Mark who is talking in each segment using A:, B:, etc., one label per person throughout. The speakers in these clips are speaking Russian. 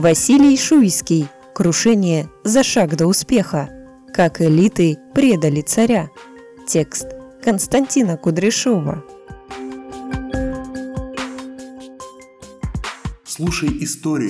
A: Василий Шуйский. Крушение за шаг до успеха. Как элиты предали царя. Текст Константина Кудряшова.
B: Слушай историю.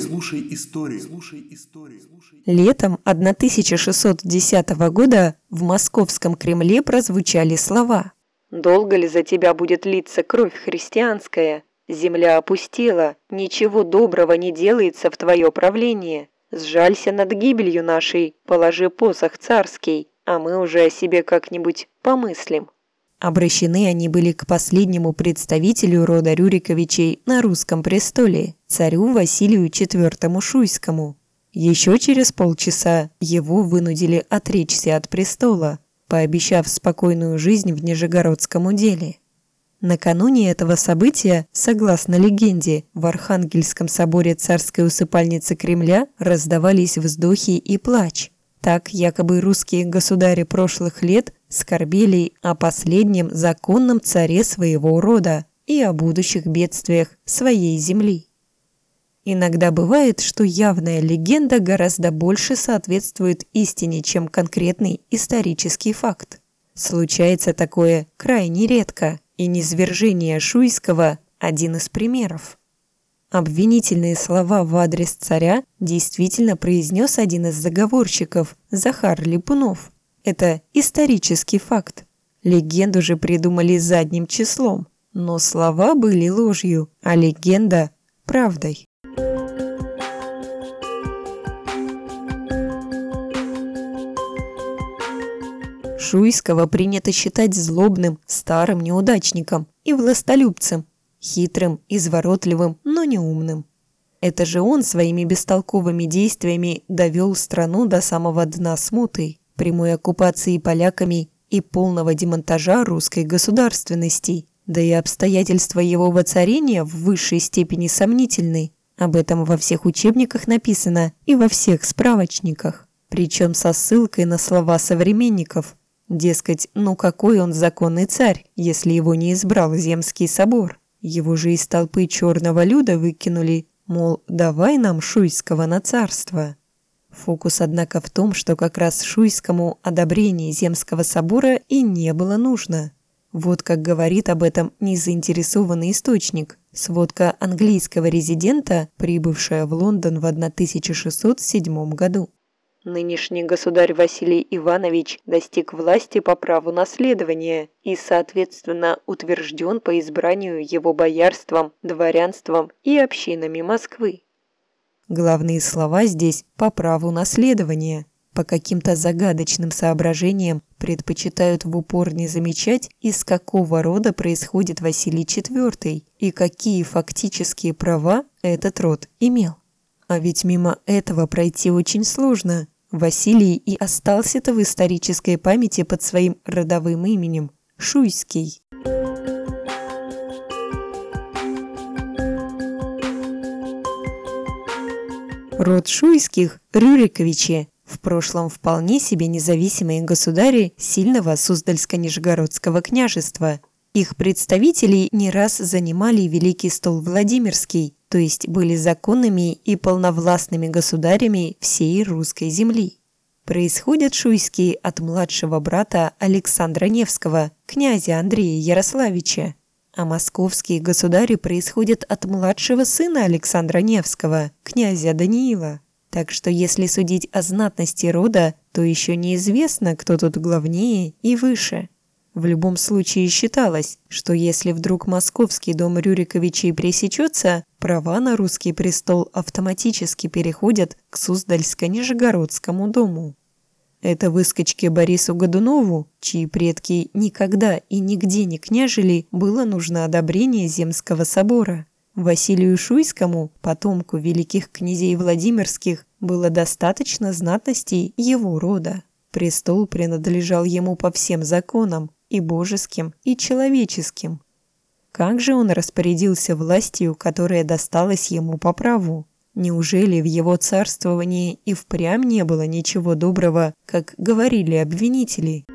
A: Летом 1610 года в московском Кремле прозвучали слова: «Долго ли за тебя будет литься кровь христианская? Земля опустела, ничего доброго не делается в твое правление. Сжалься над гибелью нашей, положи посох царский, а мы уже о себе как-нибудь помыслим». Обращены они были к последнему представителю рода Рюриковичей на русском престоле, царю Василию IV Шуйскому. Еще через полчаса его вынудили отречься от престола, пообещав спокойную жизнь в Нижегородском уделе. Накануне этого события, согласно легенде, в Архангельском соборе царской усыпальницы Кремля раздавались вздохи и плач. Так якобы русские государи прошлых лет скорбели о последнем законном царе своего рода и о будущих бедствиях своей земли. Иногда бывает, что явная легенда гораздо больше соответствует истине, чем конкретный исторический факт. Случается такое крайне редко, и низвержение Шуйского – один из примеров. Обвинительные слова в адрес царя действительно произнес один из заговорщиков, Захар Липунов. Это исторический факт. Легенду же придумали задним числом, но слова были ложью, а легенда – правдой. Шуйского принято считать злобным, старым неудачником и властолюбцем, хитрым, изворотливым, но не умным. Это же он своими бестолковыми действиями довел страну до самого дна смуты, прямой оккупации поляками и полного демонтажа русской государственности, да и обстоятельства его воцарения в высшей степени сомнительны. Об этом во всех учебниках написано и во всех справочниках, причем со ссылкой на слова современников. Дескать, ну какой он законный царь, если его не избрал Земский собор? Его же из толпы черного люда выкинули, мол, давай нам Шуйского на царство. Фокус, однако, в том, что как раз Шуйскому одобрение Земского собора и не было нужно. Вот как говорит об этом незаинтересованный источник, сводка английского резидента, прибывшая в Лондон в 1607 году. Нынешний государь Василий Иванович достиг власти по праву наследования и, соответственно, утвержден по избранию его боярством, дворянством и общинами Москвы. Главные слова здесь «по праву наследования». По каким-то загадочным соображениям предпочитают в упор не замечать, из какого рода происходит Василий IV и какие фактические права этот род имел. А ведь мимо этого пройти очень сложно. Василий и остался-то в исторической памяти под своим родовым именем – Шуйский. Род Шуйских – Рюриковичи, в прошлом вполне себе независимые государи сильного Суздальско-Нижегородского княжества. Их представители не раз занимали Великий стол Владимирский, то есть были законными и полновластными государями всей русской земли. Происходят Шуйские от младшего брата Александра Невского, князя Андрея Ярославича, а московские государи происходят от младшего сына Александра Невского, князя Даниила. Так что если судить о знатности рода, то еще неизвестно, кто тут главнее и выше. В любом случае считалось, что если вдруг московский дом Рюриковичей пресечется, права на русский престол автоматически переходят к Суздальско-Нижегородскому дому. Это выскочке Борису Годунову, чьи предки никогда и нигде не княжили, было нужно одобрение Земского собора. Василию Шуйскому, потомку великих князей Владимирских, было достаточно знатностей его рода. Престол принадлежал ему по всем законам, и божеским, и человеческим. Как же он распорядился властью, которая досталась ему по праву? Неужели в его царствовании и впрямь не было ничего доброго, как говорили обвинители?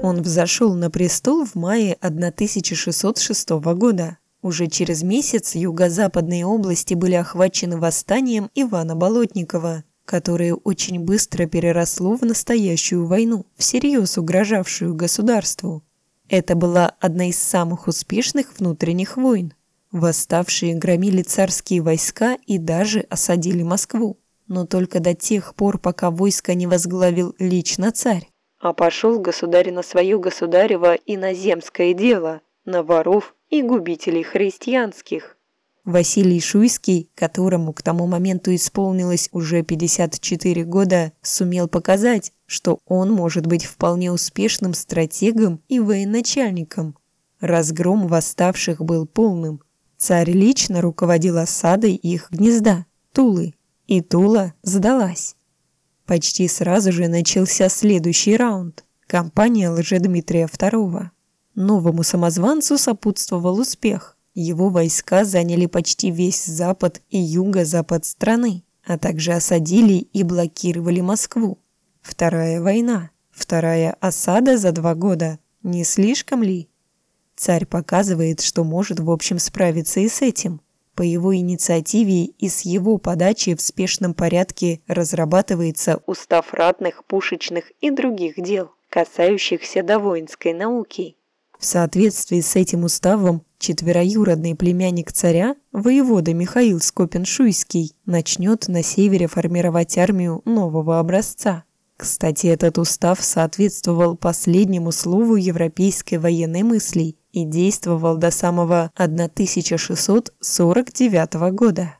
A: Он взошел на престол в мае 1606 года. Уже через месяц юго-западные области были охвачены восстанием Ивана Болотникова, которое очень быстро переросло в настоящую войну, всерьез угрожавшую государству. Это была одна из самых успешных внутренних войн. Восставшие громили царские войска и даже осадили Москву. Но только до тех пор, пока войско не возглавил лично царь, а пошел государь на свое государево иноземское дело, на воров и губителей христианских. Василий Шуйский, которому к тому моменту исполнилось уже 54 года, сумел показать, что он может быть вполне успешным стратегом и военачальником. Разгром восставших был полным. Царь лично руководил осадой их гнезда, Тулы, и Тула сдалась. Почти сразу же начался следующий раунд – кампания Лжедмитрия II. Новому самозванцу сопутствовал успех. Его войска заняли почти весь запад и юго-запад страны, а также осадили и блокировали Москву. Вторая война, вторая осада за 2 года. Не слишком ли? Царь показывает, что может в общем справиться и с этим. По его инициативе и с его подачи в спешном порядке разрабатывается устав ратных, пушечных и других дел, касающихся до воинской науки. В соответствии с этим уставом четвероюродный племянник царя, воевода Михаил Скопин-Шуйский, начнет на севере формировать армию нового образца. Кстати, этот устав соответствовал последнему слову европейской военной мысли и действовал до самого 1649 года.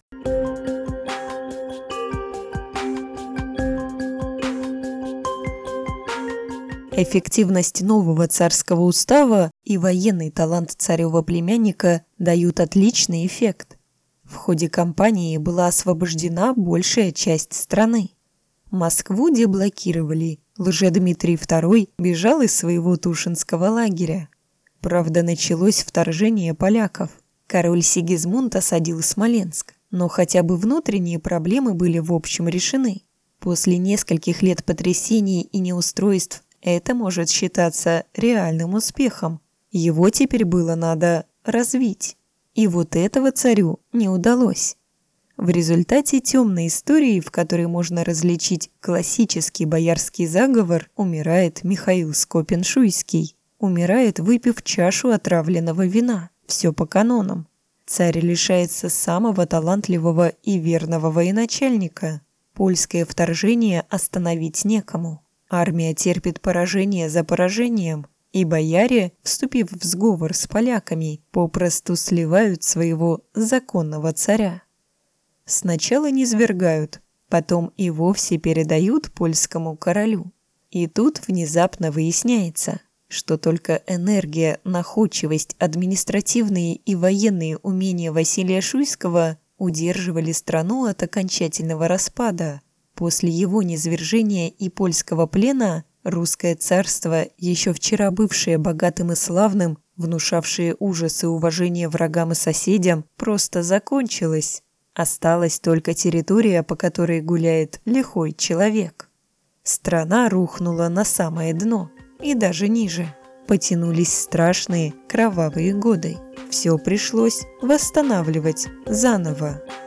A: Эффективность нового царского устава и военный талант царева племянника дают отличный эффект. В ходе кампании была освобождена большая часть страны. Москву деблокировали. Лжедмитрий II бежал из своего Тушинского лагеря. Правда, началось вторжение поляков. Король Сигизмунд осадил Смоленск, но хотя бы внутренние проблемы были в общем решены. После нескольких лет потрясений и неустройств это может считаться реальным успехом. Его теперь было надо развить. И вот этого царю не удалось. В результате темной истории, в которой можно различить классический боярский заговор, умирает Михаил Скопин-Шуйский. Умирает, выпив чашу отравленного вина. Все по канонам. Царь лишается самого талантливого и верного военачальника. Польское вторжение остановить некому. Армия терпит поражение за поражением, и бояре, вступив в сговор с поляками, попросту сливают своего законного царя. Сначала низвергают, потом и вовсе передают польскому королю. И тут внезапно выясняется, что только энергия, находчивость, административные и военные умения Василия Шуйского удерживали страну от окончательного распада. После его низвержения и польского плена русское царство, еще вчера бывшее богатым и славным, внушавшее ужас и уважение врагам и соседям, просто закончилось. Осталась только территория, по которой гуляет лихой человек. Страна рухнула на самое дно и даже ниже. Потянулись страшные кровавые годы. Все пришлось восстанавливать заново.